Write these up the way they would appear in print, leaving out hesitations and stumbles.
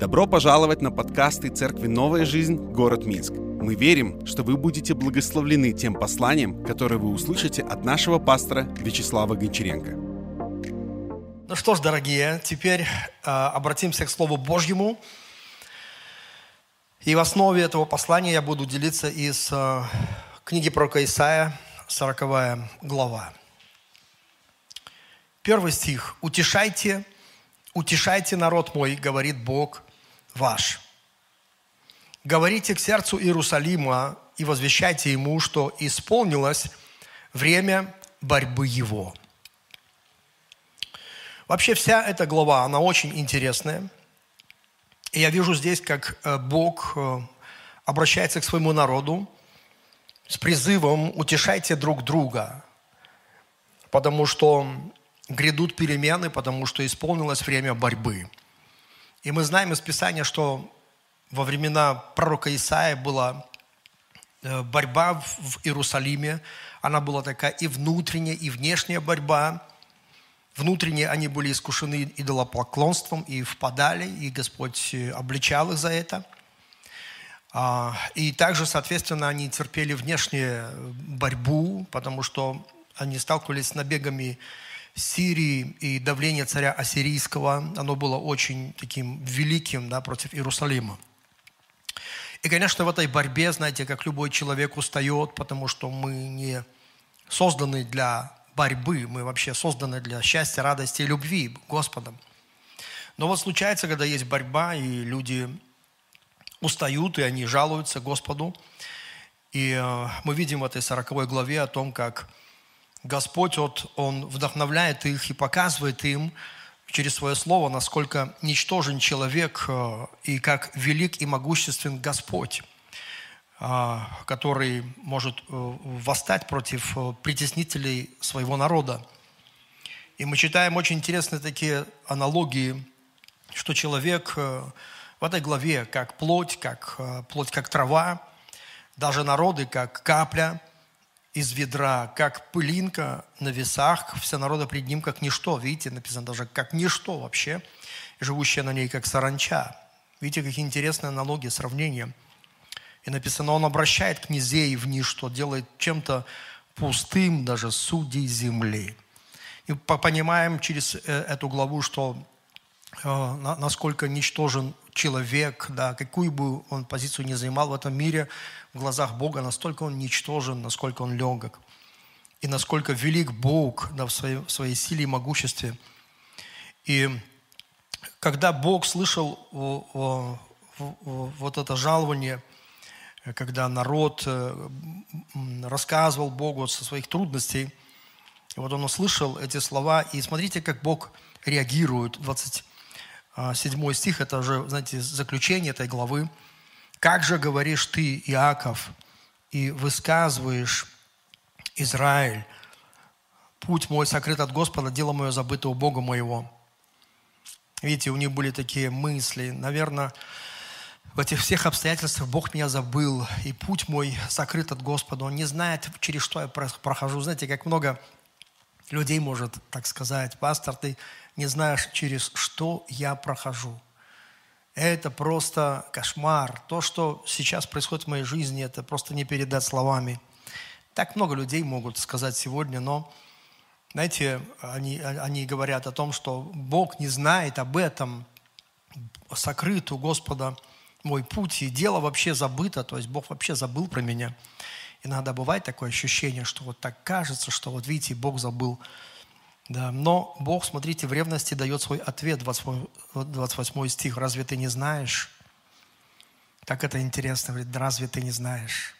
Добро пожаловать на подкасты Церкви «Новая жизнь», город Минск. Мы верим, что вы будете благословлены тем посланием, которое вы услышите от нашего пастора Вячеслава Гончаренко. Ну что ж, дорогие, теперь обратимся к Слову Божьему. И в основе этого послания я буду делиться из книги пророка Исаия, 40 глава. 1 стих. «Утешайте народ мой, говорит Бог ваш. Говорите к сердцу Иерусалима и возвещайте ему, что исполнилось время борьбы его». Вообще вся эта глава, она очень интересная. И я вижу здесь, как Бог обращается к своему народу с призывом «утешайте друг друга», потому что грядут перемены, потому что исполнилось время борьбы. И мы знаем из Писания, что во времена пророка Исаия была борьба в Иерусалиме. Она была такая и внутренняя, и внешняя борьба. Внутренне они были искушены идолопоклонством и впадали, и Господь обличал их за это. И также, соответственно, они терпели внешнюю борьбу, потому что они сталкивались с набегами Сирии, и давление царя Ассирийского, оно было очень таким великим, против Иерусалима. И, конечно, в этой борьбе, знаете, как любой человек устает, потому что мы не созданы для борьбы, мы вообще созданы для счастья, радости и любви Господом. Но вот случается, когда есть борьба, и люди устают, и они жалуются Господу. И мы видим в этой 40 главе о том, как Господь, Он вдохновляет их и показывает им через свое слово, насколько ничтожен человек и как велик и могуществен Господь, который может восстать против притеснителей своего народа. И мы читаем очень интересные такие аналогии, что человек в этой главе как плоть, как трава, даже народы как капля из ведра, как пылинка на весах, все народы пред ним как ничто. Видите, написано даже как ничто вообще, живущая на ней как саранча. Видите, какие интересные аналогии, сравнения. И написано, он обращает князей в ничто, делает чем-то пустым даже судей земли. И понимаем через эту главу, что насколько ничтожен человек, какую бы он позицию ни занимал в этом мире, в глазах Бога, настолько он ничтожен, насколько он легок. И насколько велик Бог в своей силе и могуществе. И когда Бог слышал вот это жалование, когда народ рассказывал Богу со своих трудностей, и вот он услышал эти слова, и смотрите, как Бог реагирует. 27 стих, это уже, знаете, заключение этой главы. «Как же говоришь ты, Иаков, и высказываешь, Израиль, путь мой сокрыт от Господа, дело мое забыто у Бога моего». Видите, у них были такие мысли, наверное, в этих всех обстоятельствах Бог меня забыл, и путь мой сокрыт от Господа. Он не знает, через что я прохожу. Знаете, как много людей может так сказать: пастор, ты не знаешь, через что я прохожу. Это просто кошмар. То, что сейчас происходит в моей жизни, это просто не передать словами. Так много людей могут сказать сегодня, но, знаете, они говорят о том, что Бог не знает об этом, сокрыт у Господа мой путь, и дело вообще забыто, то есть Бог вообще забыл про меня. Иногда бывает такое ощущение, что вот так кажется, что вот видите, Бог забыл. Да, но Бог, смотрите, в ревности дает свой ответ, 28 стих. «Разве ты не знаешь?» Так это интересно, говорит, «разве ты не знаешь?»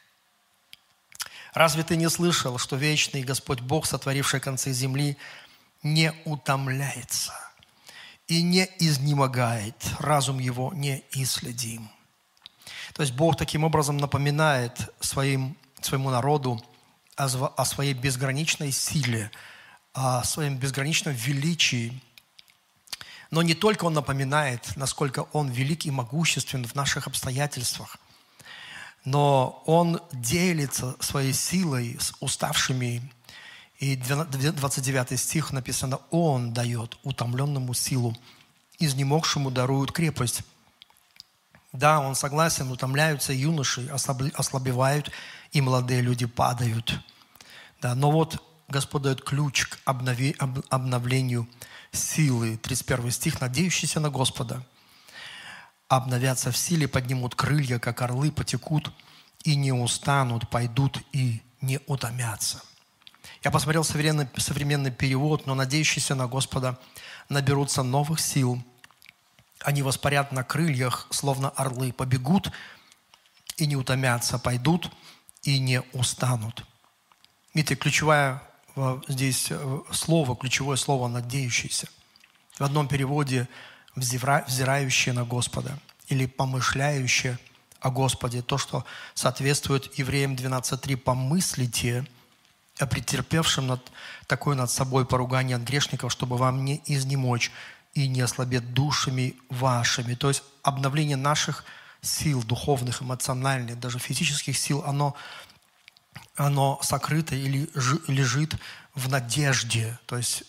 «Разве ты не слышал, что вечный Господь Бог, сотворивший концы земли, не утомляется и не изнемогает, разум его неисследим?» То есть Бог таким образом напоминает своему народу о своей безграничной силе, о своем безграничном величии. Но не только Он напоминает, насколько Он велик и могуществен в наших обстоятельствах, но Он делится своей силой с уставшими. И 29 стих написано: «Он дает утомленному силу, изнемогшему дарует крепость». Да, он согласен, утомляются юноши, ослабевают, и молодые люди падают. Да, но вот Господь дает ключ к обновлению силы. 31 стих. «Надеющиеся на Господа обновятся в силе, поднимут крылья, как орлы, потекут и не устанут, пойдут и не утомятся». Я посмотрел современный перевод, но надеющиеся на Господа наберутся новых сил. Они воспарят на крыльях, словно орлы, побегут и не утомятся, пойдут и не устанут. Видите, ключевое слово «надеющийся». В одном переводе «взирающие на Господа» или «помышляющие о Господе». То, что соответствует Евреям 12:3. «Помыслите о претерпевшем такое над собой поругание от грешников, чтобы вам не изнемочь и не ослабеть душами вашими». То есть обновление наших сил духовных, эмоциональных, даже физических сил, оно сокрыто или лежит в надежде, то есть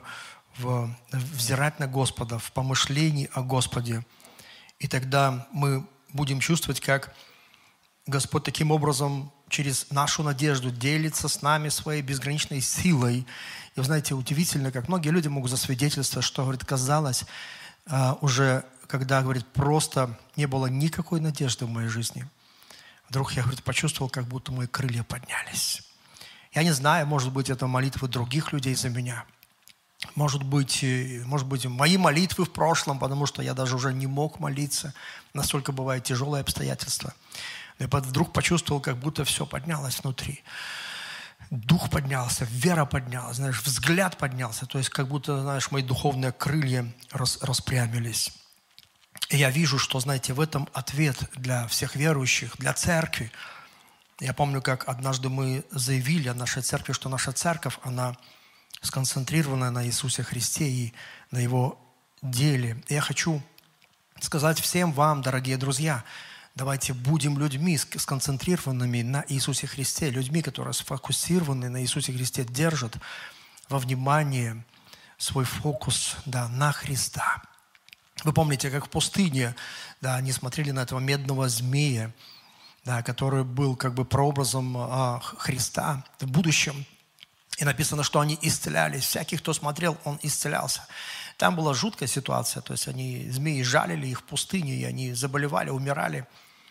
взирать на Господа, в помышлении о Господе. И тогда мы будем чувствовать, как Господь таким образом через нашу надежду делится с нами своей безграничной силой. И вы знаете, удивительно, как многие люди могут засвидетельствовать, что, говорит, казалось, уже, когда, говорит, просто не было никакой надежды в моей жизни. Вдруг я, говорит, почувствовал, как будто мои крылья поднялись. Я не знаю, может быть, это молитвы других людей за меня. Может быть, мои молитвы в прошлом, потому что я даже уже не мог молиться. Настолько бывают тяжелые обстоятельства. Я вдруг почувствовал, как будто все поднялось внутри. Дух поднялся, вера поднялась, знаешь, взгляд поднялся. То есть как будто, знаешь, мои духовные крылья распрямились. И я вижу, что, знаете, в этом ответ для всех верующих, для церкви. Я помню, как однажды мы заявили о нашей церкви, что наша церковь, она сконцентрирована на Иисусе Христе и на Его деле. И я хочу сказать всем вам, дорогие друзья, давайте будем людьми, сконцентрированными на Иисусе Христе, людьми, которые сфокусированы на Иисусе Христе, держат во внимании свой фокус, да, на Христа. Вы помните, как в пустыне, да, они смотрели на этого медного змея, да, который был как бы прообразом Христа в будущем. И написано, что они исцелялись. Всякий, кто смотрел, он исцелялся. Там была жуткая ситуация. То есть змеи жалили их в пустыне, и они заболевали, умирали.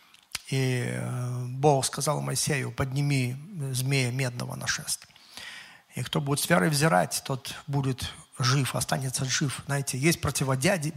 И Бог сказал Моисею: подними змея медного на шест. И кто будет с верой взирать, тот будет жив, останется жив. Знаете, есть противоядие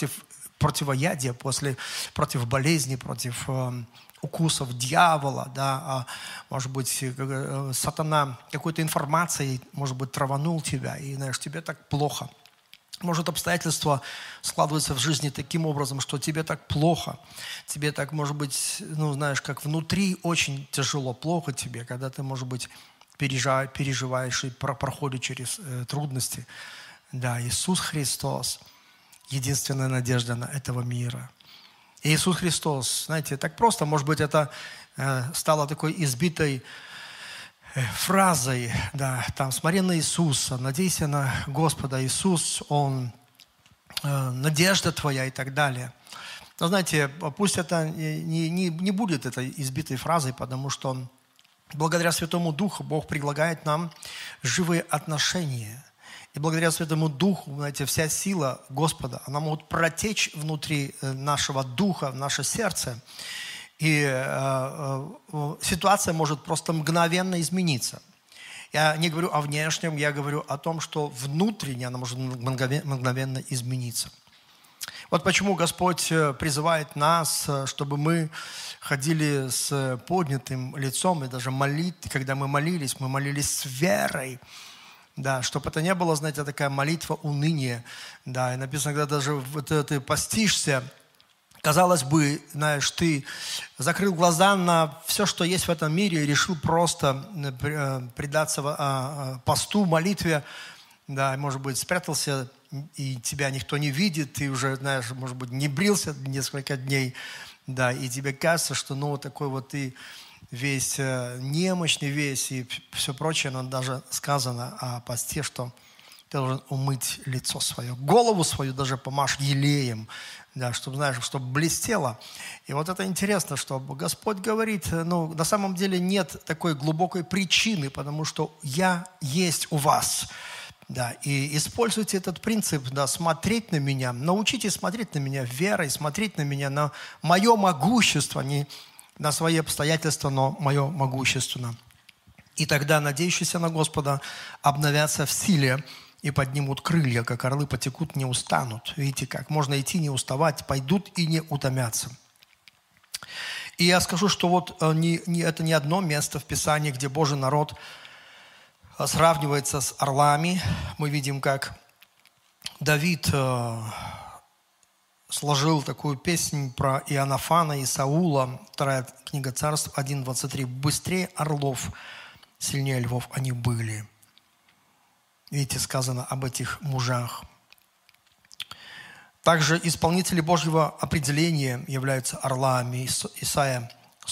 против болезни, против укусов дьявола, да, может быть, сатана какой-то информацией, может быть, траванул тебя, и, знаешь, тебе так плохо. Может, обстоятельства складываются в жизни таким образом, что тебе так плохо, тебе так, может быть, ну, знаешь, как внутри очень тяжело, плохо тебе, когда ты, может быть, переживаешь и проходишь через трудности. Да, Иисус Христос – единственная надежда на этого мира. И Иисус Христос, знаете, так просто, может быть, это стало такой избитой фразой, да, там, смотри на Иисуса, надейся на Господа, Иисус, Он надежда твоя и так далее. Но, знаете, пусть это не будет этой избитой фразой, потому что благодаря Святому Духу Бог предлагает нам живые отношения. И благодаря Святому Духу, знаете, вся сила Господа, она может протечь внутри нашего духа, в наше сердце. И ситуация может просто мгновенно измениться. Я не говорю о внешнем, я говорю о том, что внутренне она может мгновенно измениться. Вот почему Господь призывает нас, чтобы мы ходили с поднятым лицом, и даже когда мы молились с верой. Да, чтобы это не было, знаете, такая молитва уныния. Да, и написано, когда даже ты постишься, казалось бы, знаешь, ты закрыл глаза на все, что есть в этом мире, и решил просто предаться посту, молитве. Да, может быть, спрятался, и тебя никто не видит, ты уже, знаешь, может быть, не брился несколько дней. Да, и тебе кажется, что, ну, вот такой вот ты весь немощный, весь и все прочее, но даже сказано о посте, что ты должен умыть лицо свое, голову свою даже помажь елеем, да, чтобы, знаешь, чтобы блестело. И вот это интересно, что Господь говорит, на самом деле нет такой глубокой причины, потому что я есть у вас. Да, и используйте этот принцип, да, смотреть на меня, научитесь смотреть на меня верой, смотреть на меня, на мое могущество, не на свои обстоятельства, но мое могущество. И тогда надеющиеся на Господа обновятся в силе и поднимут крылья, как орлы потекут, не устанут. Видите, как можно идти, не уставать, пойдут и не утомятся. И я скажу, что вот это не одно место в Писании, где Божий народ сравнивается с орлами. Мы видим, как Давид сложил такую песнь про Иоаннафана и Саула, 2 книга Царств 1:23. «Быстрее орлов, сильнее львов они были». Видите, сказано об этих мужах. Также исполнители Божьего определения являются орлами. Исайя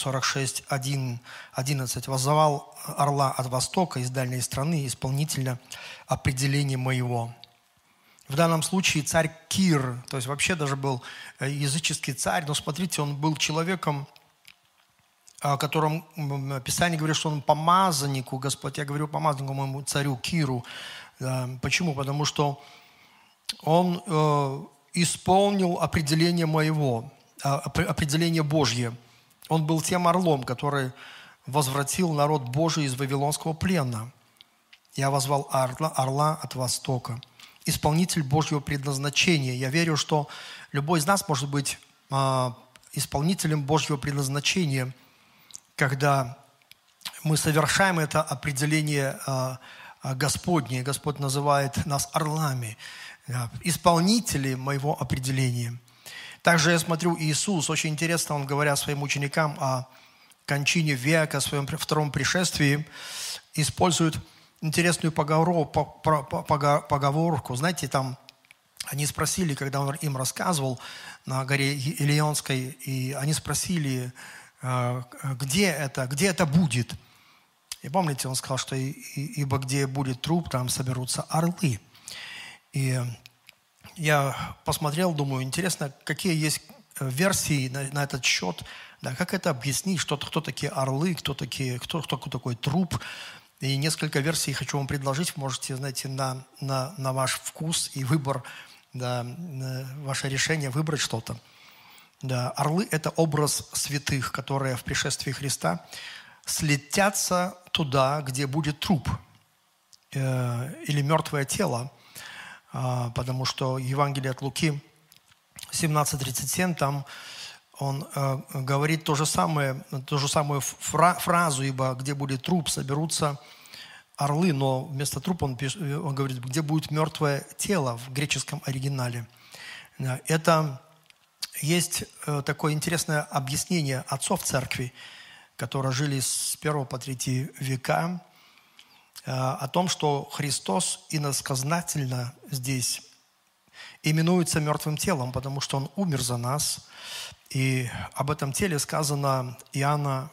46:11. «Воззвал орла от востока, из дальней страны, исполнителя определения моего». В данном случае царь Кир, то есть вообще даже был языческий царь, но смотрите, он был человеком, о котором Писание говорит, что он помазаннику, Господь, я говорю помазаннику моему царю Киру. Почему? Потому что он исполнил определение моего, определение Божье. Он был тем орлом, который возвратил народ Божий из вавилонского плена. Я возвал орла от востока. Исполнитель Божьего предназначения. Я верю, что любой из нас может быть исполнителем Божьего предназначения, когда мы совершаем это определение Господне. Господь называет нас орлами, исполнители моего определения. Также я смотрю, Иисус, очень интересно, он, говоря своим ученикам о кончине века, о своем втором пришествии, использует интересную поговорку. Знаете, там они спросили, когда он им рассказывал на горе Илионской, и они спросили, где это будет. И помните, он сказал, что ибо где будет труп, там соберутся орлы. И я посмотрел, думаю, интересно, какие есть версии на этот счет, да, как это объяснить, кто такие орлы, кто такой труп. И несколько версий хочу вам предложить. Можете, знаете, на ваш вкус и выбор, да, ваше решение выбрать что-то. Да, орлы – это образ святых, которые в пришествии Христа слетятся туда, где будет труп или мертвое тело, потому что Евангелие от Луки 17:37, там он говорит ту же самую фразу, ибо где будет труп, соберутся орлы, но вместо трупа он говорит, где будет мертвое тело в греческом оригинале. Это есть такое интересное объяснение отцов церкви, которые жили с 1 по 3 века, о том, что Христос иносказательно здесь именуется мертвым телом, потому что Он умер за нас. И об этом теле сказано Иоанна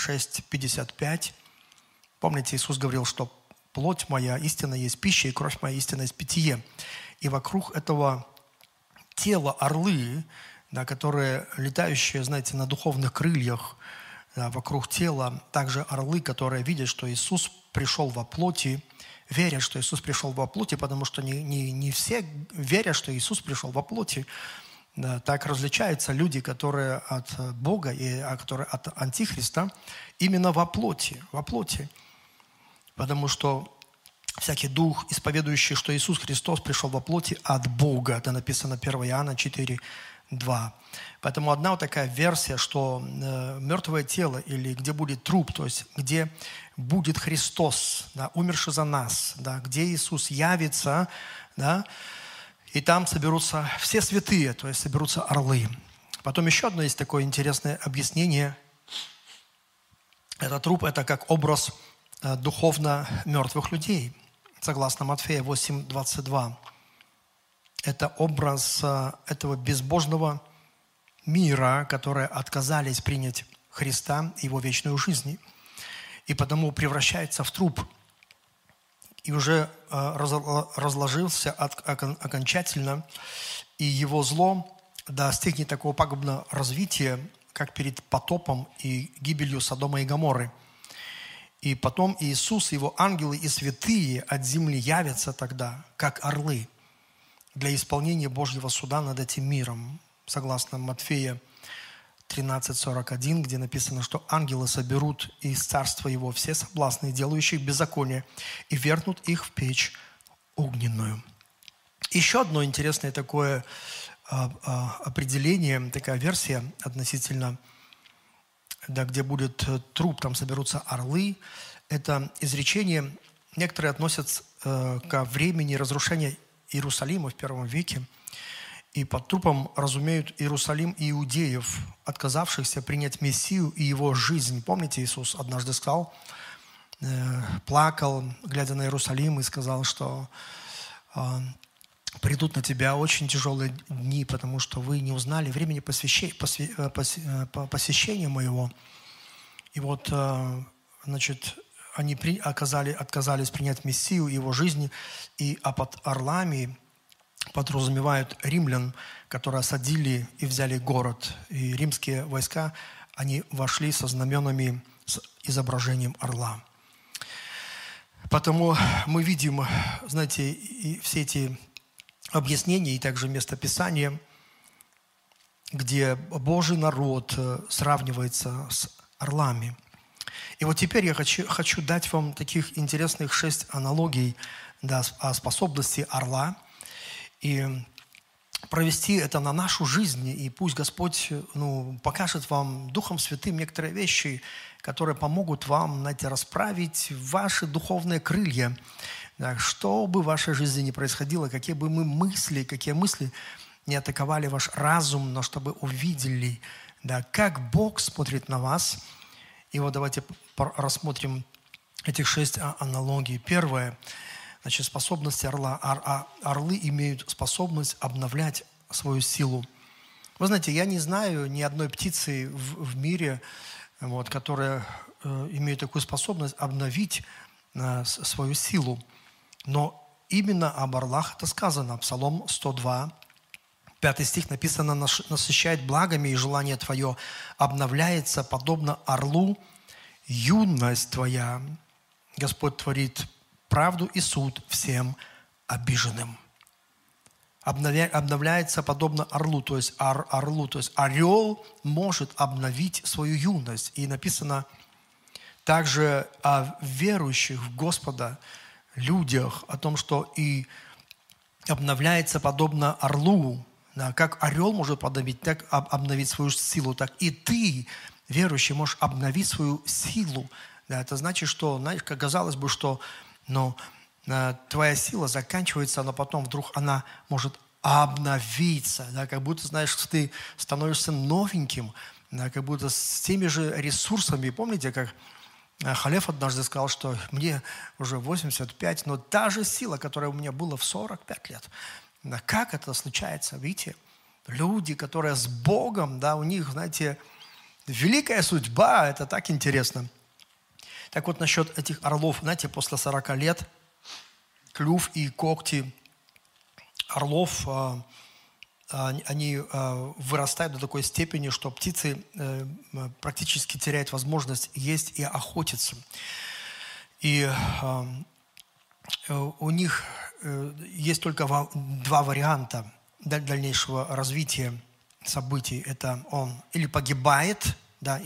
6:55. Помните, Иисус говорил, что плоть моя истина есть пища, и кровь моя истина есть питье. И вокруг этого тела орлы, да, которые летающие, знаете, на духовных крыльях, да, вокруг тела также орлы, которые видят, что Иисус пришел во плоти, верят, что Иисус пришел во плоти, потому что не все верят, что Иисус пришел во плоти. Да, так различаются люди, которые от Бога и которые от Антихриста, именно во плоти. Потому что всякий дух, исповедующий, что Иисус Христос пришел во плоти от Бога. Это написано 1 Иоанна 4:2. Поэтому одна вот такая версия, что мертвое тело или где будет труп, то есть где будет Христос, да, умерший за нас, да, где Иисус явится, да, и там соберутся все святые, то есть соберутся орлы. Потом еще одно есть такое интересное объяснение. Этот труп – это как образ духовно мертвых людей, согласно Матфея 8:22. Это образ этого безбожного мира, которые отказались принять Христа и Его вечную жизнь, и потому превращается в труп. и уже разложился окончательно, и его зло достигнет такого пагубного развития, как перед потопом и гибелью Содома и Гоморры. И потом Иисус, его ангелы и святые от земли явятся тогда, как орлы, для исполнения Божьего суда над этим миром. Согласно Матфея 13:41, где написано, что ангелы соберут из царства его все соблазны, делающих беззаконие, и вернут их в печь огненную. Еще одно интересное такое определение, такая версия относительно, да, где будет труп, там соберутся орлы. Это изречение, некоторые относят ко времени разрушения Иерусалима в первом веке. И под трупом разумеют Иерусалим и иудеев, отказавшихся принять Мессию и его жизнь. Помните, Иисус однажды сказал, плакал, глядя на Иерусалим, и сказал, что придут на тебя очень тяжелые дни, потому что вы не узнали времени посещения моего. И вот, значит, они отказались принять Мессию и его жизнь, и под орлами подразумевают римлян, которые осадили и взяли город. И римские войска, они вошли со знаменами, с изображением орла. Потому мы видим, знаете, и все эти объяснения, и также местописания, где Божий народ сравнивается с орлами. И вот теперь я хочу дать вам таких интересных 6 аналогий, да, о способности орла, и провести это на нашу жизнь, и пусть Господь покажет вам Духом Святым некоторые вещи, которые помогут вам, знаете, расправить ваши духовные крылья. Да, что бы в вашей жизни ни происходило, какие мысли не атаковали ваш разум, но чтобы увидели, да, как Бог смотрит на вас. И вот давайте рассмотрим этих 6 аналогий. Первое. Значит, способность орла. Орлы имеют способность обновлять свою силу. Вы знаете, я не знаю ни одной птицы в мире, вот, которая имеет такую способность обновить свою силу. Но именно об орлах это сказано. Псалом 102, 5 стих написано: «Насыщает благами, и желание твое обновляется, подобно орлу, юность твоя». Господь творит правду и суд всем обиженным. Обновляется подобно орлу, то есть орел может обновить свою юность. И написано также о верующих в Господа людях, о том, что и обновляется подобно орлу. Да, как орел может обновить свою силу, так и ты, верующий, можешь обновить свою силу. Да, это значит, что, знаешь, как казалось бы, что твоя сила заканчивается, но потом вдруг она может обновиться. Да, как будто, знаешь, ты становишься новеньким, да, как будто с теми же ресурсами. Помните, как Халев однажды сказал, что мне уже 85, но та же сила, которая у меня была в 45 лет. Да, как это случается? Видите, люди, которые с Богом, да, у них, знаете, великая судьба, это так интересно. Так вот, насчет этих орлов, знаете, после 40 лет клюв и когти орлов, они вырастают до такой степени, что птицы практически теряют возможность есть и охотиться. И у них есть только 2 варианта дальнейшего развития событий. Это он или погибает, да,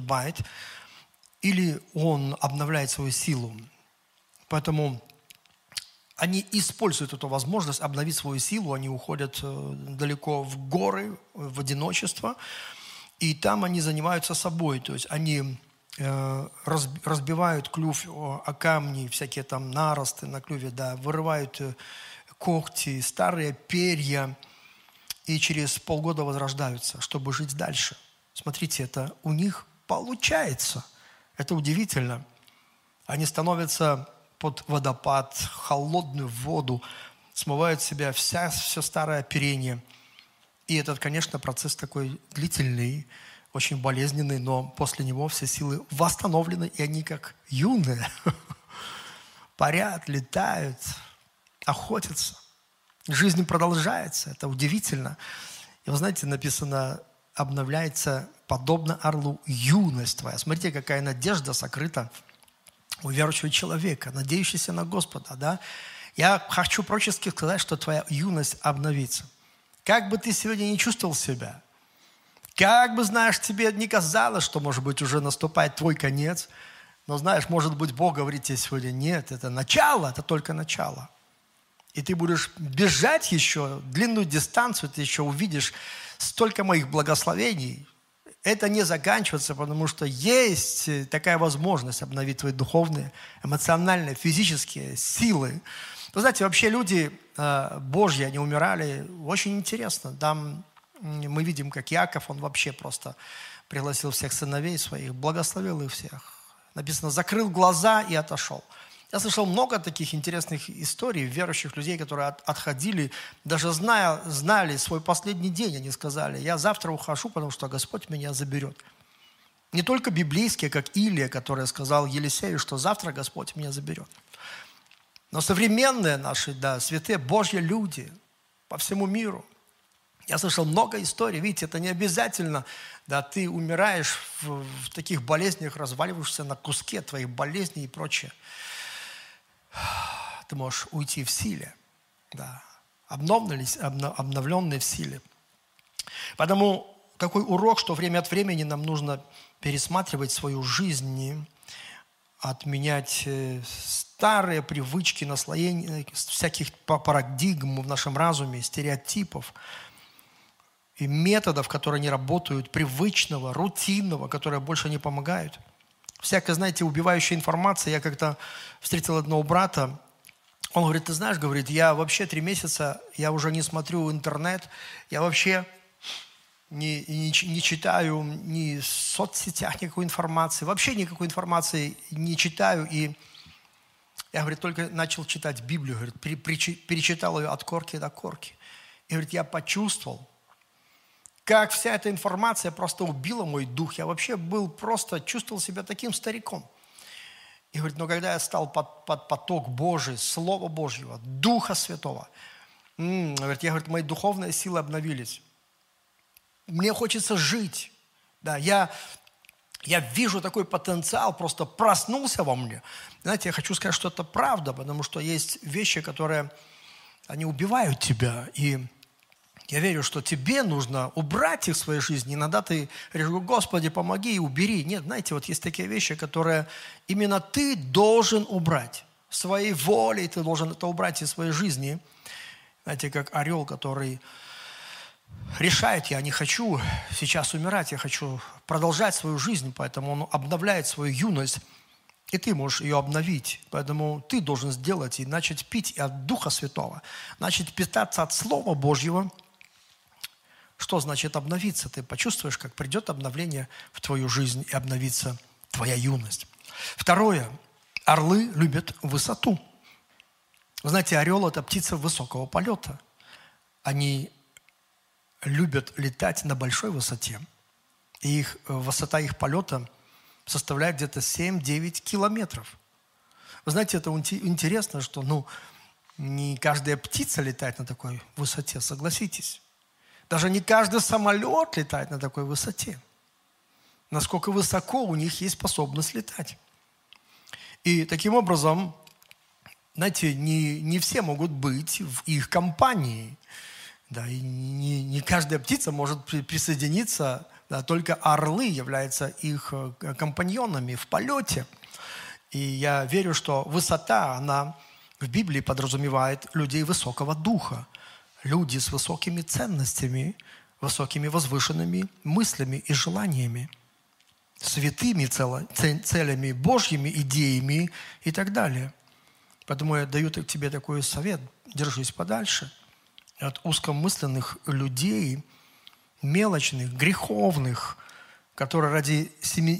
или он обновляет свою силу. Поэтому они используют эту возможность обновить свою силу, они уходят далеко в горы, в одиночество, и там они занимаются собой, то есть они разбивают клюв о камни, всякие там наросты на клюве, да, вырывают когти, старые перья, и через полгода возрождаются, чтобы жить дальше. Смотрите, это у них получается. Это удивительно. Они становятся под водопад, холодную воду, смывают с себя все старое оперение. И этот, конечно, процесс такой длительный, очень болезненный, но после него все силы восстановлены, и они как юные. парят, летают, охотятся. Жизнь продолжается, это удивительно. И вы знаете, написано, обновляется подобно орлу юность твоя. Смотрите, какая надежда сокрыта у верующего человека, надеющегося на Господа. Да? Я хочу пророчески сказать, что твоя юность обновится. Как бы ты сегодня не чувствовал себя, как бы, знаешь, тебе не казалось, что, может быть, уже наступает твой конец, но, знаешь, может быть, Бог говорит тебе сегодня, нет, это начало, это только начало. И ты будешь бежать еще длинную дистанцию, ты еще увидишь столько моих благословений. Это не заканчивается, потому что есть такая возможность обновить твои духовные, эмоциональные, физические силы. Вы знаете, вообще люди Божьи, они умирали очень интересно. Там мы видим, как Иаков, он вообще просто пригласил всех сыновей своих, благословил их всех. Написано, закрыл глаза и отошел. Я слышал много таких интересных историй верующих людей, которые отходили, даже знали свой последний день, они сказали, я завтра ухожу, потому что Господь меня заберет. Не только библейские, как Илия, который сказал Елисею, что завтра Господь меня заберет. Но современные наши, святые Божьи люди по всему миру. Я слышал много историй, видите, это не обязательно, ты умираешь в таких болезнях, разваливаешься на куске твоих болезней и прочее. Ты можешь уйти в силе, обновленный в силе. Поэтому такой урок, что время от времени нам нужно пересматривать свою жизнь, отменять старые привычки, наслоения всяких парадигм в нашем разуме, стереотипов и методов, которые не работают, привычного, рутинного, которые больше не помогают. Всякая, знаете, убивающая информация. Я как-то встретил одного брата, он говорит, ты знаешь, говорит, я вообще 3 месяца, я уже не смотрю интернет, я вообще не читаю ни в соцсетях никакой информации, вообще никакой информации не читаю. И я, говорит, только начал читать Библию, говорит, перечитал ее от корки до корки. И, говорит, я почувствовал, как вся эта информация просто убила мой дух. Я вообще чувствовал себя таким стариком. И говорит, но когда я стал под поток Божий, Слова Божьего, Духа Святого, говорит, мои духовные силы обновились. Мне хочется жить. Я вижу такой потенциал, просто проснулся во мне. Знаете, я хочу сказать, что это правда, потому что есть вещи, которые, они убивают тебя. И я верю, что тебе нужно убрать их в своей жизни. Иногда ты говоришь, Господи, помоги и убери. Нет, знаете, вот есть такие вещи, которые именно ты должен убрать. Своей волей ты должен это убрать из своей жизни. Знаете, как орел, который решает, я не хочу сейчас умирать, я хочу продолжать свою жизнь, поэтому он обновляет свою юность, и ты можешь ее обновить. Поэтому ты должен сделать и начать пить от Духа Святого, начать питаться от Слова Божьего. Что значит обновиться? Ты почувствуешь, как придет обновление в твою жизнь и обновится твоя юность. Второе. Орлы любят высоту. Вы знаете, орел – это птица высокого полета. Они любят летать на большой высоте. И высота их полета составляет где-то 7-9 километров. Вы знаете, это интересно, что не каждая птица летает на такой высоте, согласитесь. Даже не каждый самолет летает на такой высоте. Насколько высоко у них есть способность летать. И таким образом, знаете, не все могут быть в их компании. И не каждая птица может присоединиться, только орлы являются их компаньонами в полете. И я верю, что высота, она в Библии подразумевает людей высокого духа. Люди с высокими ценностями, высокими возвышенными мыслями и желаниями, святыми целями, Божьими идеями и так далее. Поэтому я даю тебе такой совет. Держись подальше от узкомысленных людей, мелочных, греховных, которые ради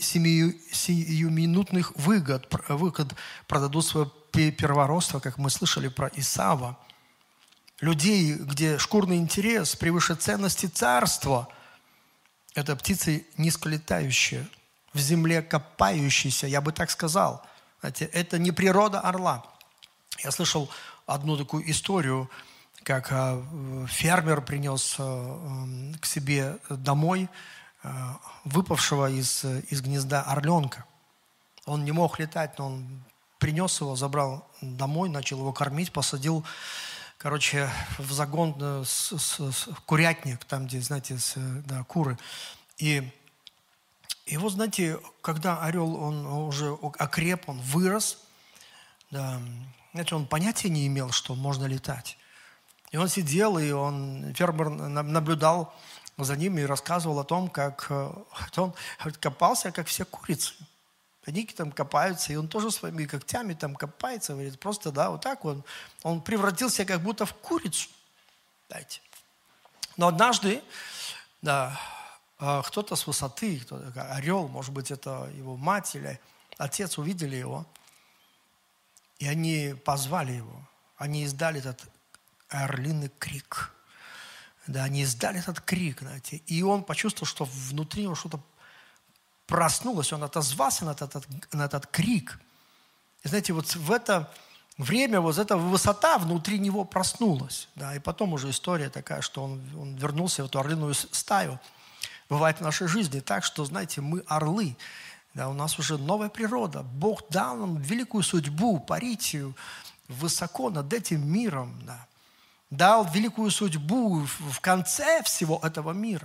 сиюминутных выгод продадут свое первородство, как мы слышали про Исава. Людей, где шкурный интерес превыше ценности царства. Это птицы низколетающие, в земле копающиеся, я бы так сказал. Знаете, это не природа орла. Я слышал одну такую историю, как фермер принес к себе домой выпавшего из гнезда орленка. Он не мог летать, но он принес его, забрал домой, начал его кормить, посадил, в загон, курятник, там, где, знаете, куры. И вот, знаете, когда орел, он уже окреп, он вырос, да, знаете, он понятия не имел, что можно летать. И он сидел, и фермер наблюдал за ним и рассказывал о том, как он копался, как все курицы. Они там копаются, и он тоже своими когтями там копается, говорит, просто, да, вот так он превратился как будто в курицу. Знаете. Но однажды, да, кто-то с высоты, орел, может быть, это его мать или отец, увидели его, и они позвали его. Они издали этот орлиный крик. Да, они издали этот крик, знаете. И он почувствовал, что внутри него что-то проснулось. Он отозвался на этот крик. И знаете, вот в это время вот эта высота внутри него проснулась. Да, и потом уже история такая, что он вернулся в эту орлиную стаю. Бывает в нашей жизни так, что, знаете, мы орлы. Да, у нас уже новая природа. Бог дал нам великую судьбу, парить высоко над этим миром. Да. Дал великую судьбу в конце всего этого мира.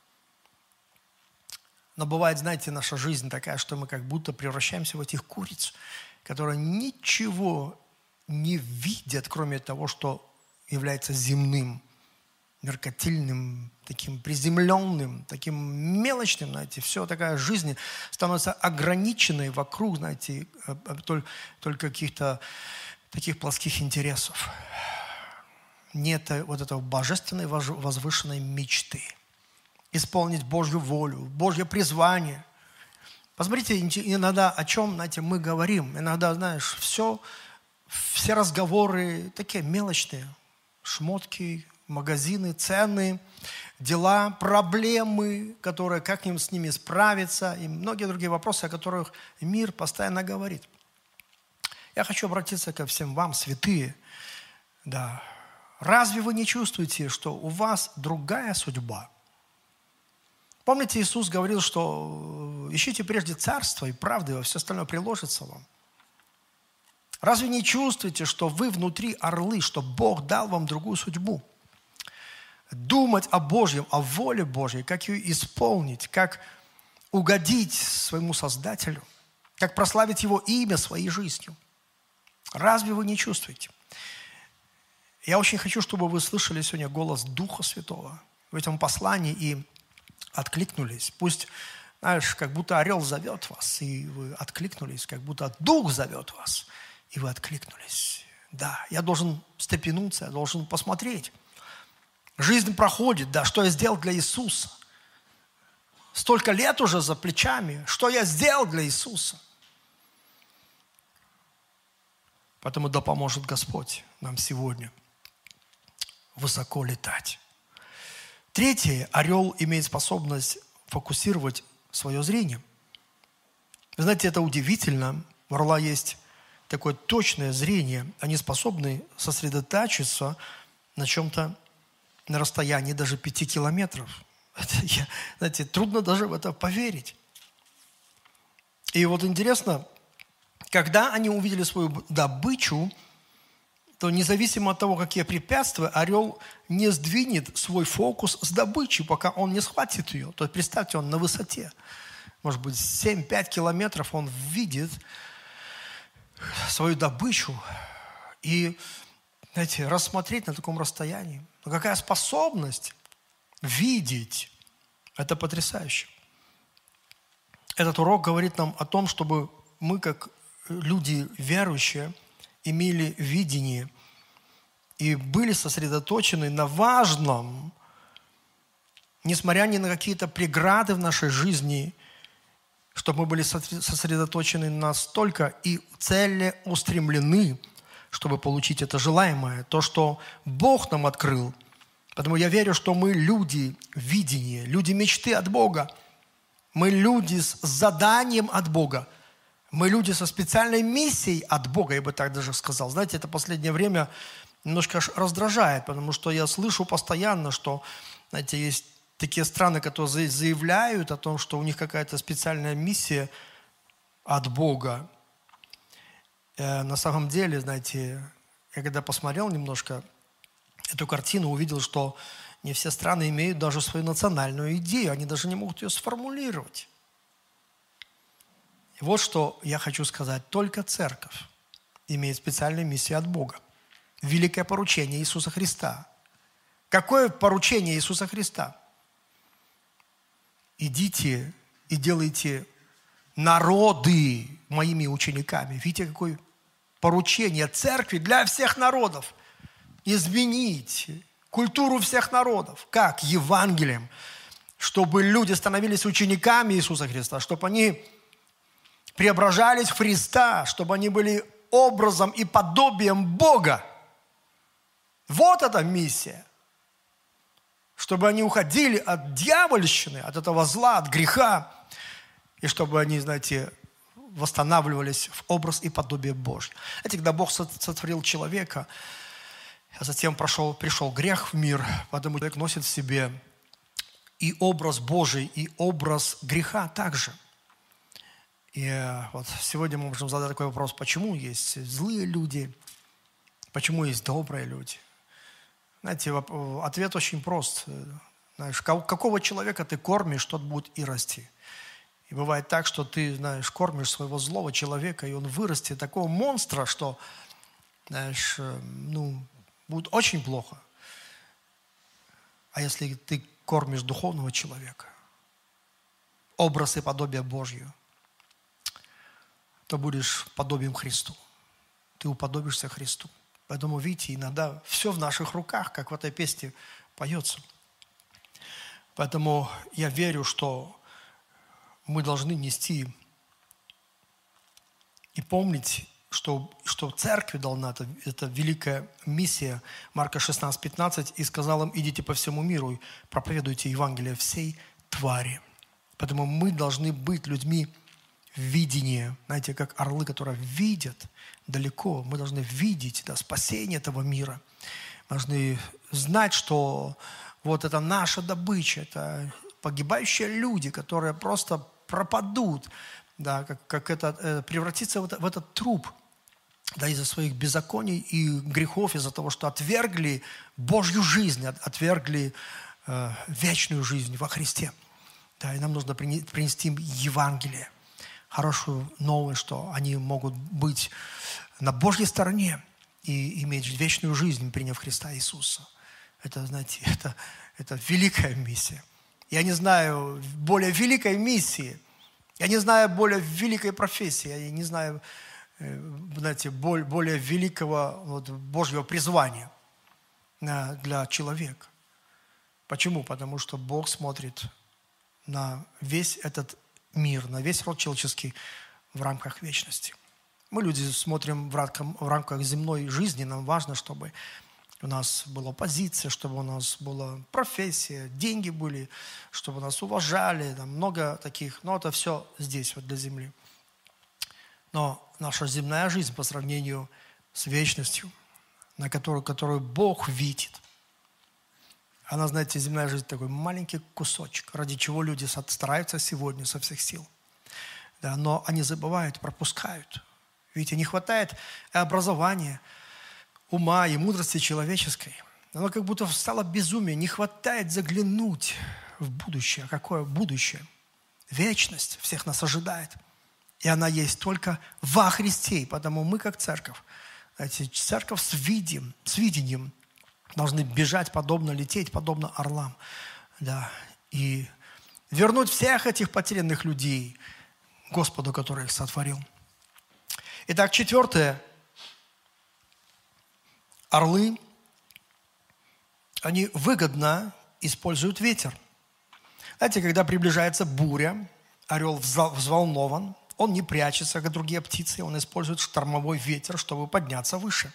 Но бывает, знаете, наша жизнь такая, что мы как будто превращаемся в этих куриц, которые ничего не видят, кроме того, что является земным, меркантильным, таким приземленным, таким мелочным, знаете, все такая жизнь становится ограниченной вокруг, знаете, только каких-то таких плоских интересов. Нет вот этого божественной возвышенной мечты. Исполнить Божью волю, Божье призвание. Посмотрите, иногда о чем, знаете, мы говорим. Иногда, знаешь, все разговоры такие мелочные. Шмотки, магазины, цены, дела, проблемы, которые, как с ними справиться, и многие другие вопросы, о которых мир постоянно говорит. Я хочу обратиться ко всем вам, святые. Да. Разве вы не чувствуете, что у вас другая судьба? Помните, Иисус говорил, что ищите прежде царство и правды, а все остальное приложится вам. Разве не чувствуете, что вы внутри орлы, что Бог дал вам другую судьбу? Думать о Божьем, о воле Божьей, как ее исполнить, как угодить своему Создателю, как прославить Его имя своей жизнью. Разве вы не чувствуете? Я очень хочу, чтобы вы слышали сегодня голос Духа Святого в этом послании и откликнулись. Пусть, знаешь, как будто орел зовет вас, и вы откликнулись, как будто Дух зовет вас, и вы откликнулись. Да, я должен встрепенуться, я должен посмотреть. Жизнь проходит, да, что я сделал для Иисуса? Столько лет уже за плечами, что я сделал для Иисуса? Поэтому да поможет Господь нам сегодня высоко летать. Третье, орел имеет способность фокусировать свое зрение. Вы знаете, это удивительно. У орла есть такое точное зрение. Они способны сосредоточиться на чем-то на расстоянии даже 5 километров. Знаете, трудно даже в это поверить. И вот интересно, когда они увидели свою добычу, то независимо от того, какие препятствия, орел не сдвинет свой фокус с добычи, пока он не схватит ее. То есть, представьте, он на высоте. Может быть, 7-5 километров он видит свою добычу. И, знаете, рассмотреть на таком расстоянии. Но какая способность видеть. Это потрясающе. Этот урок говорит нам о том, чтобы мы, как люди верующие, имели видение и были сосредоточены на важном, несмотря ни на какие-то преграды в нашей жизни, чтобы мы были сосредоточены настолько и целеустремлены, чтобы получить это желаемое, то, что Бог нам открыл. Поэтому я верю, что мы люди видения, люди мечты от Бога. Мы люди с заданием от Бога. Мы люди со специальной миссией от Бога, я бы так даже сказал. Знаете, это последнее время немножко раздражает, потому что я слышу постоянно, что, знаете, есть такие страны, которые заявляют о том, что у них какая-то специальная миссия от Бога. На самом деле, знаете, я когда посмотрел немножко эту картину, увидел, что не все страны имеют даже свою национальную идею, они даже не могут ее сформулировать. И вот что я хочу сказать. Только церковь имеет специальную миссию от Бога. Великое поручение Иисуса Христа. Какое поручение Иисуса Христа? Идите и делайте народы моими учениками. Видите, какое поручение церкви для всех народов. Изменить культуру всех народов. Как? Евангелием. Чтобы люди становились учениками Иисуса Христа, чтобы они преображались в Христа, чтобы они были образом и подобием Бога. Вот эта миссия. Чтобы они уходили от дьявольщины, от этого зла, от греха, и чтобы они, знаете, восстанавливались в образ и подобие Божье. Знаете, когда Бог сотворил человека, а затем пришел грех в мир, поэтому человек носит в себе и образ Божий, и образ греха также. И вот сегодня мы можем задать такой вопрос, почему есть злые люди, почему есть добрые люди? Знаете, ответ очень прост. Знаешь, какого человека ты кормишь, тот будет и расти. И бывает так, что ты, знаешь, кормишь своего злого человека, и он вырастет такого монстра, что, знаешь, будет очень плохо. А если ты кормишь духовного человека, образ и подобие Божье, то будешь подобием Христу. Ты уподобишься Христу. Поэтому, видите, иногда все в наших руках, как в этой песне поется. Поэтому я верю, что мы должны нести и помнить, что церкви дана это великая миссия. Марка 16:15, и сказал им: идите по всему миру и проповедуйте Евангелие всей твари. Поэтому мы должны быть людьми видения, знаете, как орлы, которые видят далеко. Мы должны видеть спасение этого мира. Мы должны знать, что вот это наша добыча, это погибающие люди, которые просто пропадут, да, как это превратится в этот труп, да, из-за своих беззаконий и грехов, из-за того, что отвергли Божью жизнь, отвергли вечную жизнь во Христе. Да, и нам нужно принести им Евангелие. Хорошую новость, что они могут быть на Божьей стороне и иметь вечную жизнь, приняв Христа Иисуса. Это, знаете, это великая миссия. Я не знаю более великой миссии, я не знаю более великой профессии, я не знаю, знаете, более великого Божьего призвания для человека. Почему? Потому что Бог смотрит на весь этот мир, на весь род человеческий в рамках вечности. Мы, люди, смотрим в рамках земной жизни. Нам важно, чтобы у нас была позиция, чтобы у нас была профессия, деньги были, чтобы нас уважали. Там много таких. Но это все здесь, вот для земли. Но наша земная жизнь по сравнению с вечностью, на которую Бог видит, она, знаете, земная жизнь такой маленький кусочек, ради чего люди стараются сегодня со всех сил. Да, но они забывают, пропускают. Видите, не хватает образования, ума и мудрости человеческой. Оно как будто стало безумие. Не хватает заглянуть в будущее. А какое будущее? Вечность всех нас ожидает. И она есть только во Христе. И потому мы, как церковь, знаете, церковь с видением должны бежать, подобно лететь, подобно орлам. Да. И вернуть всех этих потерянных людей Господу, который их сотворил. Итак, 4. Орлы, они выгодно используют ветер. Знаете, когда приближается буря, орел взволнован, он не прячется, как другие птицы, он использует штормовой ветер, чтобы подняться выше.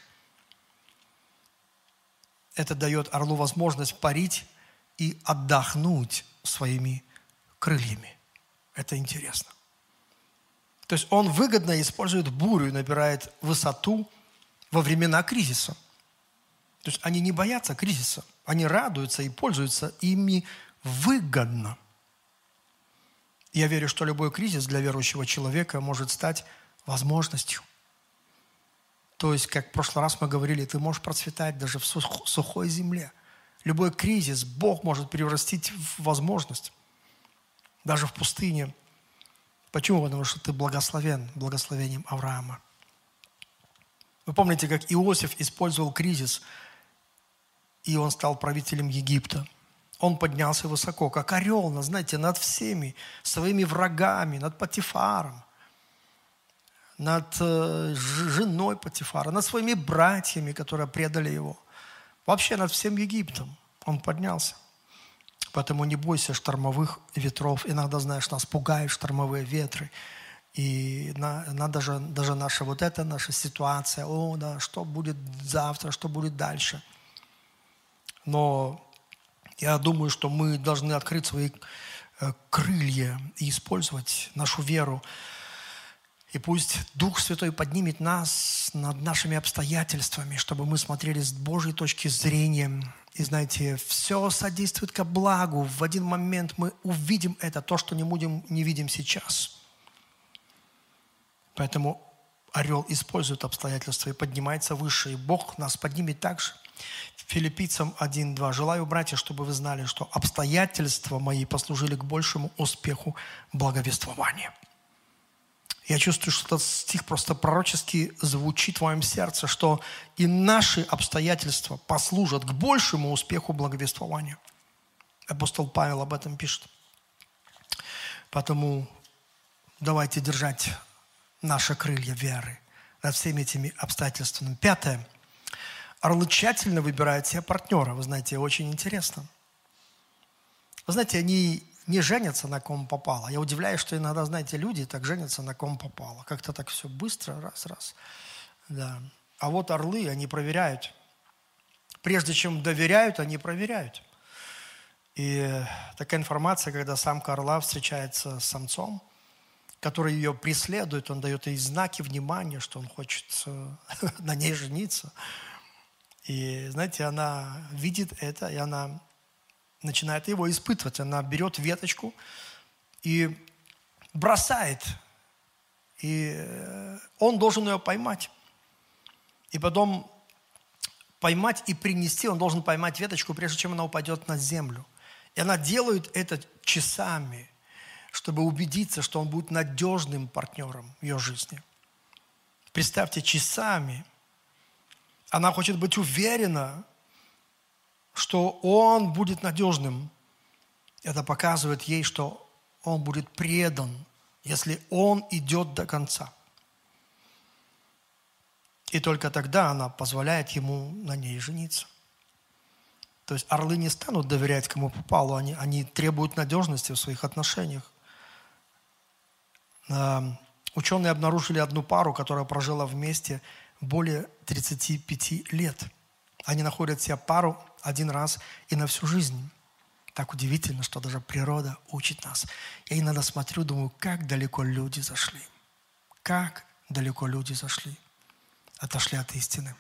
Это дает орлу возможность парить и отдохнуть своими крыльями. Это интересно. То есть он выгодно использует бурю и набирает высоту во времена кризиса. То есть они не боятся кризиса. Они радуются и пользуются ими выгодно. Я верю, что любой кризис для верующего человека может стать возможностью. То есть, как в прошлый раз мы говорили, ты можешь процветать даже в сухой земле. Любой кризис Бог может превратить в возможность. Даже в пустыне. Почему? Потому что ты благословен благословением Авраама. Вы помните, как Иосиф использовал кризис, и он стал правителем Египта. Он поднялся высоко, как орел, знаете, над всеми своими врагами, над Потифаром, над женой Потифара, над своими братьями, которые предали его. Вообще над всем Египтом он поднялся. Поэтому не бойся штормовых ветров. Иногда, знаешь, нас пугают штормовые ветры. И даже наша наша ситуация, что будет завтра, что будет дальше. Но я думаю, что мы должны открыть свои крылья и использовать нашу веру. И пусть Дух Святой поднимет нас над нашими обстоятельствами, чтобы мы смотрели с Божьей точки зрения. И знаете, все содействует ко благу. В один момент мы увидим это, то, что не видим сейчас. Поэтому орел использует обстоятельства и поднимается выше. И Бог нас поднимет также. Филиппийцам 1:2. «Желаю, братья, чтобы вы знали, что обстоятельства мои послужили к большему успеху благовествования». Я чувствую, что этот стих просто пророчески звучит в моем сердце, что и наши обстоятельства послужат к большему успеху благовествования. Апостол Павел об этом пишет. Поэтому давайте держать наши крылья веры над всеми этими обстоятельствами. 5. Орлы тщательно выбирают себе партнера. Вы знаете, очень интересно. Вы знаете, они не женятся на ком попало. Я удивляюсь, что иногда, знаете, люди так женятся на ком попало. Как-то так все быстро, раз. Да. А вот орлы, они проверяют. Прежде чем доверяют, они проверяют. И такая информация, когда самка орла встречается с самцом, который ее преследует, он дает ей знаки внимания, что он хочет на ней жениться. И, знаете, она видит это, и она начинает его испытывать. Она берет веточку и бросает. И он должен ее поймать. И потом поймать и принести, он должен поймать веточку, прежде чем она упадет на землю. И она делает это часами, чтобы убедиться, что он будет надежным партнером в ее жизни. Представьте, часами. Она хочет быть уверена, что он будет надежным. Это показывает ей, что он будет предан, если он идет до конца. И только тогда она позволяет ему на ней жениться. То есть орлы не станут доверять, кому попало, они требуют надежности в своих отношениях. Ученые обнаружили одну пару, которая прожила вместе более 35 лет. Они находят себе пару один раз и на всю жизнь. Так удивительно, что даже природа учит нас. Я иногда смотрю, думаю, как далеко люди зашли. Как далеко люди зашли. Отошли от истины.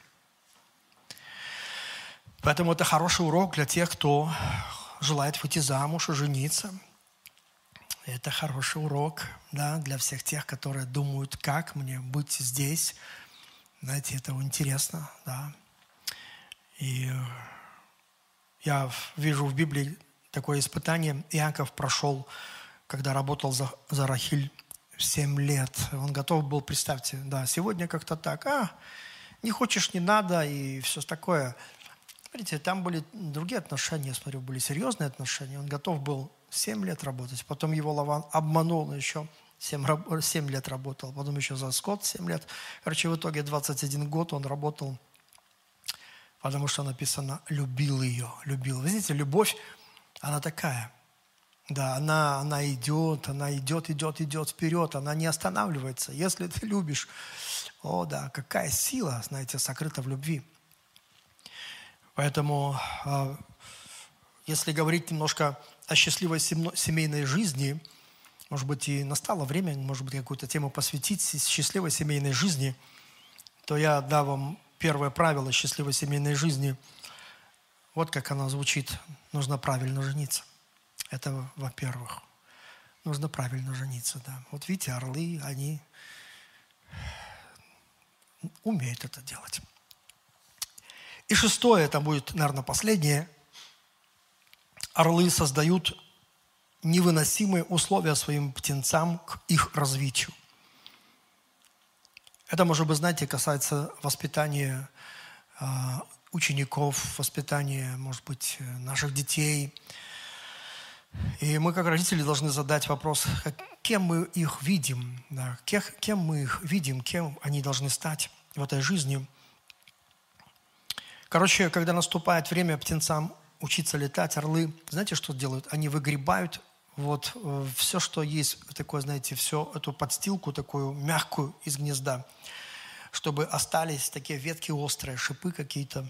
Поэтому это хороший урок для тех, кто желает выйти замуж и жениться. Это хороший урок, да, для всех тех, которые думают, как мне быть здесь. Знаете, это интересно, да. И я вижу в Библии такое испытание. Иаков прошел, когда работал за Рахиль 7 лет. Он готов был, представьте, да, сегодня как-то так, не хочешь, не надо, и все такое. Смотрите, там были другие отношения, я смотрю, были серьезные отношения. Он готов был 7 лет работать. Потом его Лаван обманул еще. 7 лет работал. Потом еще за скот 7 лет. Короче, в итоге 21 год он работал, потому что написано «любил ее». Любил. Вы знаете, любовь, она такая. Да, она идет вперед. Она не останавливается. Если ты любишь, о да, какая сила, знаете, сокрыта в любви. Поэтому, если говорить немножко о счастливой семейной жизни, может быть, и настало время, может быть, какую-то тему посвятить счастливой семейной жизни, то я дам вам первое правило счастливой семейной жизни. Вот как оно звучит. Нужно правильно жениться. Это во-первых. Нужно правильно жениться, да. Вот видите, орлы, они умеют это делать. И шестое, это будет, наверное, последнее. Орлы создают невыносимые условия своим птенцам к их развитию. Это, может быть, знаете, касается воспитания учеников, воспитания, может быть, наших детей. И мы, как родители, должны задать вопрос, кем мы их видим, да, кем мы их видим, кем они должны стать в этой жизни. Короче, когда наступает время птенцам учиться летать, орлы, знаете, что делают? Они выгребают вот все, что есть, такое, знаете, всю эту подстилку такую мягкую из гнезда, чтобы остались такие ветки острые, шипы какие-то.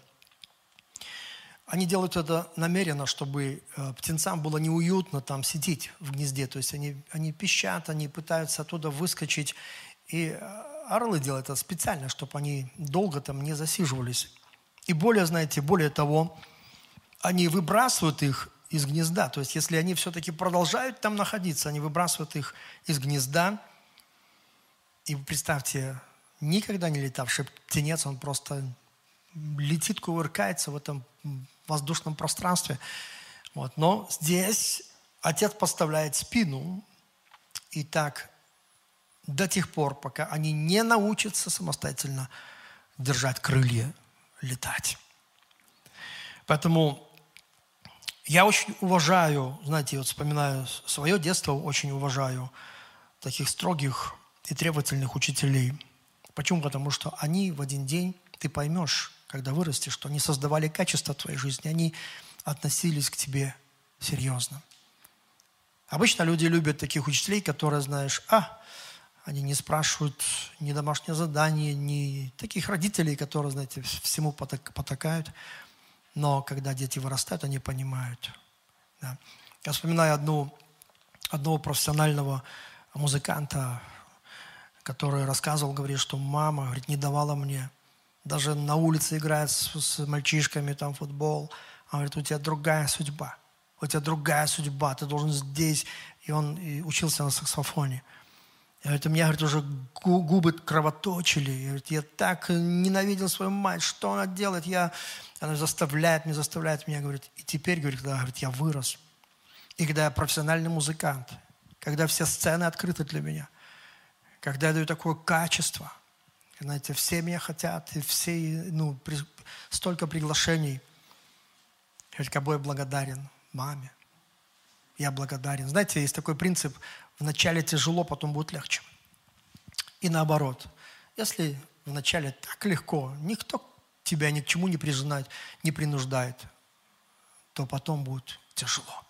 Они делают это намеренно, чтобы птенцам было неуютно там сидеть в гнезде. То есть они пищат, они пытаются оттуда выскочить. И орлы делают это специально, чтобы они долго там не засиживались. И более того, они выбрасывают их из гнезда. То есть если они все-таки продолжают там находиться, они выбрасывают их из гнезда. И представьте, никогда не летавший птенец, он просто летит, кувыркается в этом воздушном пространстве. Вот. Но здесь отец подставляет спину, и так до тех пор, пока они не научатся самостоятельно держать крылья, летать. Поэтому я очень уважаю, знаете, вот вспоминаю свое детство, очень уважаю таких строгих и требовательных учителей. Почему? Потому что они в один день, ты поймешь, когда вырастешь, что они создавали качество твоей жизни, они относились к тебе серьезно. Обычно люди любят таких учителей, которые, знаешь, они не спрашивают ни домашнее задание, ни таких родителей, которые, знаете, всему потакают. Но когда дети вырастают, они понимают. Да. Я вспоминаю одного профессионального музыканта, который рассказывал, говорит, что мама, говорит, не давала мне даже на улице играть с мальчишками, там футбол. Она говорит, у тебя другая судьба. У тебя другая судьба, ты должен здесь. И он учился на саксофоне. И говорит, у меня, говорит, уже губы кровоточили. И говорит, я так ненавидел свою мать, что она делает? Она заставляет меня, говорит. И теперь, говорит, я вырос. И когда я профессиональный музыкант, когда все сцены открыты для меня, когда я даю такое качество, знаете, все меня хотят, и все, столько приглашений. Говорит, кому я благодарен? Маме. Я благодарен. Знаете, есть такой принцип, вначале тяжело, потом будет легче. И наоборот. Если вначале так легко, никто тебя ни к чему не принуждает, то потом будет тяжело.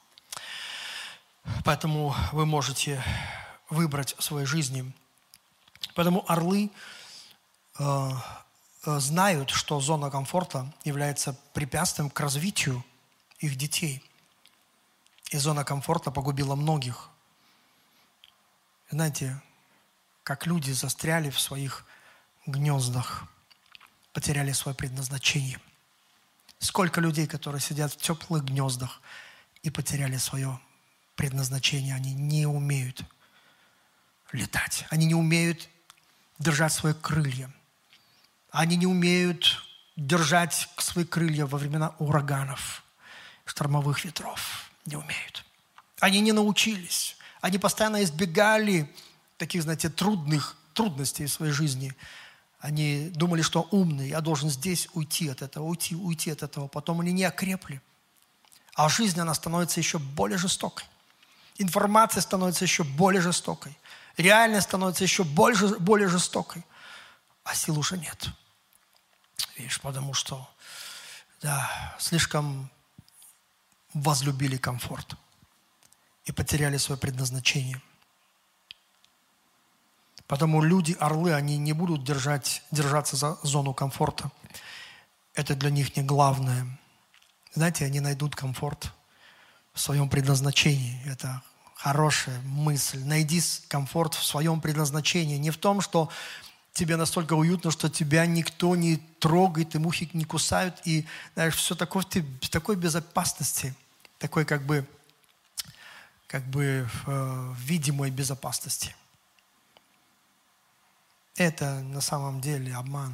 Поэтому вы можете выбрать в своей жизни. Поэтому орлы знают, что зона комфорта является препятствием к развитию их детей. И зона комфорта погубила многих. Знаете, как люди застряли в своих гнездах, потеряли свое предназначение. Сколько людей, которые сидят в теплых гнездах и потеряли свое предназначение, они не умеют летать, они не умеют держать свои крылья, они не умеют держать свои крылья во времена ураганов, штормовых ветров. Не умеют. Они не научились. Они постоянно избегали таких, знаете, трудностей в своей жизни. Они думали, что умный, я должен здесь уйти от этого, уйти от этого. Потом они не окрепли. А жизнь, она становится еще более жестокой. Информация становится еще более жестокой. Реальность становится еще более жестокой. А сил уже нет. Видишь, потому что, слишком возлюбили комфорт и потеряли свое предназначение. Потому люди, орлы, они не будут держаться за зону комфорта. Это для них не главное. Знаете, они найдут комфорт в своем предназначении. Это Хорошая мысль. Найди комфорт в своем предназначении. Не в том, что тебе настолько уютно, что тебя никто не трогает, и мухи не кусают, и, знаешь, все такое, ты в такой безопасности, такой как бы видимой безопасности. Это на самом деле обман.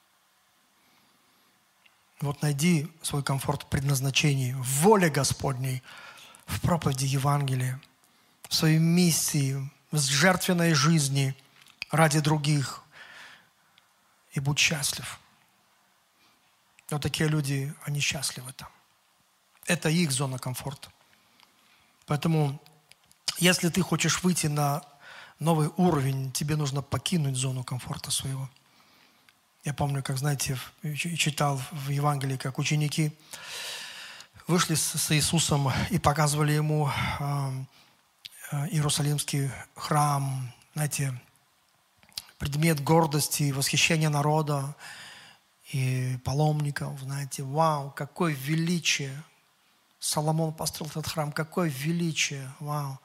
Вот найди свой комфорт в предназначении, в воле Господней, в проповеди Евангелия, в своей миссии, в жертвенной жизни ради других. И будь счастлив. Вот такие люди, они счастливы там. Это их зона комфорта. Поэтому, если ты хочешь выйти на новый уровень, тебе нужно покинуть зону комфорта своего. Я помню, как, знаете, читал в Евангелии, как ученики вышли с Иисусом и показывали ему Иерусалимский храм, знаете, предмет гордости, восхищения народа и паломников, знаете, вау, какое величие. Соломон построил этот храм, какое величие, вау.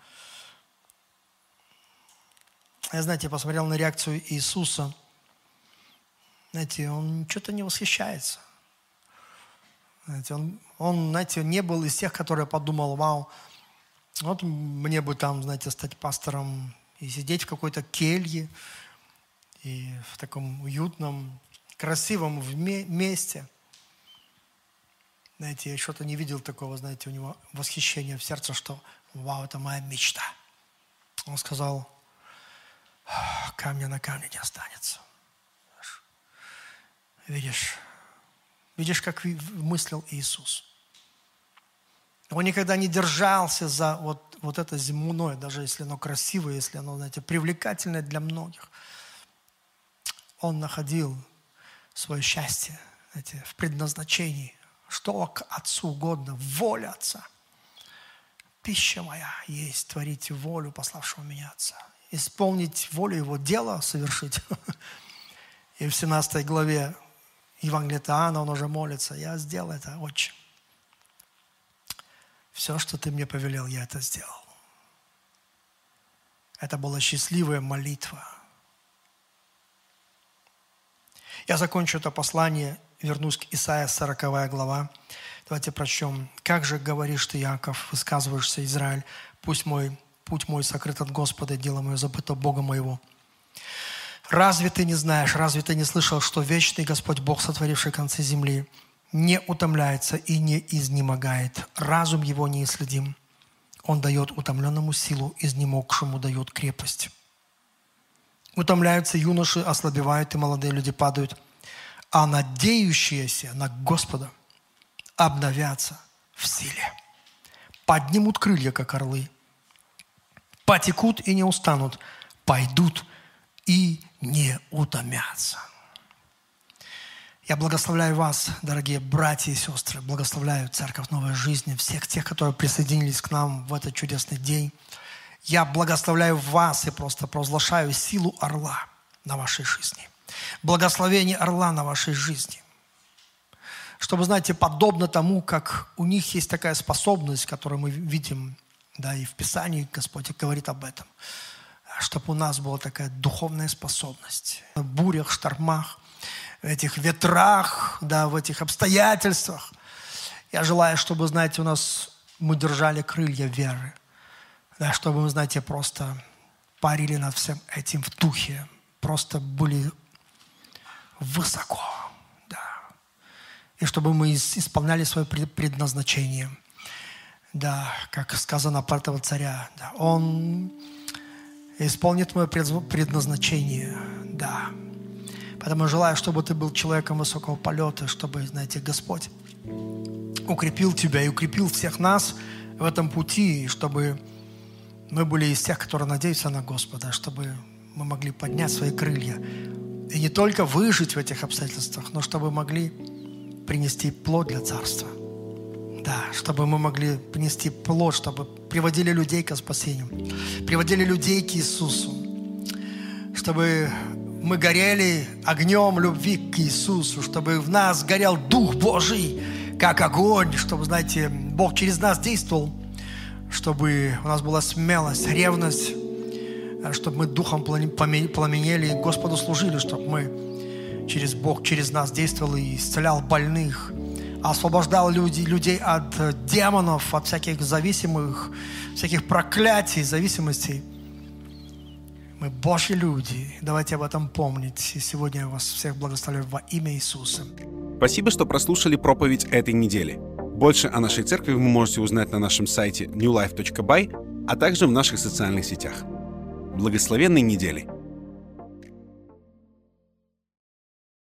Я, знаете, посмотрел на реакцию Иисуса. Знаете, он что-то не восхищается. Знаете, он, знаете, не был из тех, которые подумал, вау, вот мне бы там, знаете, стать пастором и сидеть в какой-то келье и в таком уютном, красивом месте. Знаете, я что-то не видел такого, знаете, у него восхищения в сердце, что вау, это моя мечта. Он сказал, камня на камне не останется. Видишь, как мыслил Иисус. Он никогда не держался за вот это земное, даже если оно красивое, если оно, знаете, привлекательное для многих. Он находил свое счастье, знаете, в предназначении, что к Отцу угодно, воля Отца. Пища моя есть творить волю пославшего меня Отца. Исполнить волю Его, дело совершить. И в 17 главе Евангелия от Иоанна он уже молится. Я сделал это, Отче. Все, что Ты мне повелел, я это сделал. Это была счастливая молитва. Я закончу это послание, вернусь к Исаии, 40 глава. Давайте прочтем. «Как же говоришь ты, Иаков, высказываешься, Израиль, пусть путь мой сокрыт от Господа, дело мое забыто Бога моего. Разве ты не знаешь, разве ты не слышал, что вечный Господь Бог, сотворивший концы земли, не утомляется и не изнемогает, разум его неисследим. Он дает утомленному силу, изнемогшему дает крепость. Утомляются юноши, ослабевают, и молодые люди падают, а надеющиеся на Господа обновятся в силе. Поднимут крылья, как орлы, потекут и не устанут, пойдут и не утомятся». Я благословляю вас, дорогие братья и сестры, благословляю Церковь Новой Жизни, всех тех, которые присоединились к нам в этот чудесный день. Я благословляю вас и просто провозглашаю силу орла на вашей жизни. Благословение орла на вашей жизни. Чтобы, знаете, подобно тому, как у них есть такая способность, которую мы видим, да, и в Писании Господь говорит об этом, чтобы у нас была такая духовная способность. В бурях, штормах, в этих ветрах, да, в этих обстоятельствах. Я желаю, чтобы, знаете, мы держали крылья веры. Да, чтобы мы, знаете, просто парили над всем этим в духе. Просто были высоко. Да. И чтобы мы исполняли свое предназначение. Да, как сказано про этого царя. Да, он исполнит мое предназначение. Да. Поэтому желаю, чтобы ты был человеком высокого полета, чтобы, знаете, Господь укрепил тебя и укрепил всех нас в этом пути, и чтобы мы были из тех, которые надеются на Господа, чтобы мы могли поднять свои крылья и не только выжить в этих обстоятельствах, но чтобы могли принести плод для Царства. Да, чтобы мы могли принести плод, чтобы приводили людей к спасению, приводили людей к Иисусу, чтобы мы горели огнем любви к Иисусу, чтобы в нас горел Дух Божий, как огонь, чтобы, знаете, Бог через нас действовал, чтобы у нас была смелость, ревность, чтобы мы духом пламенели и Господу служили, чтобы мы через Бог, через нас действовал и исцелял больных, освобождал людей от демонов, от всяких зависимых, всяких проклятий, зависимостей. Мы Божьи люди. Давайте об этом помнить. И сегодня я вас всех благословляю во имя Иисуса. Спасибо, что прослушали проповедь этой недели. Больше о нашей церкви вы можете узнать на нашем сайте newlife.by, а также в наших социальных сетях. Благословенной недели!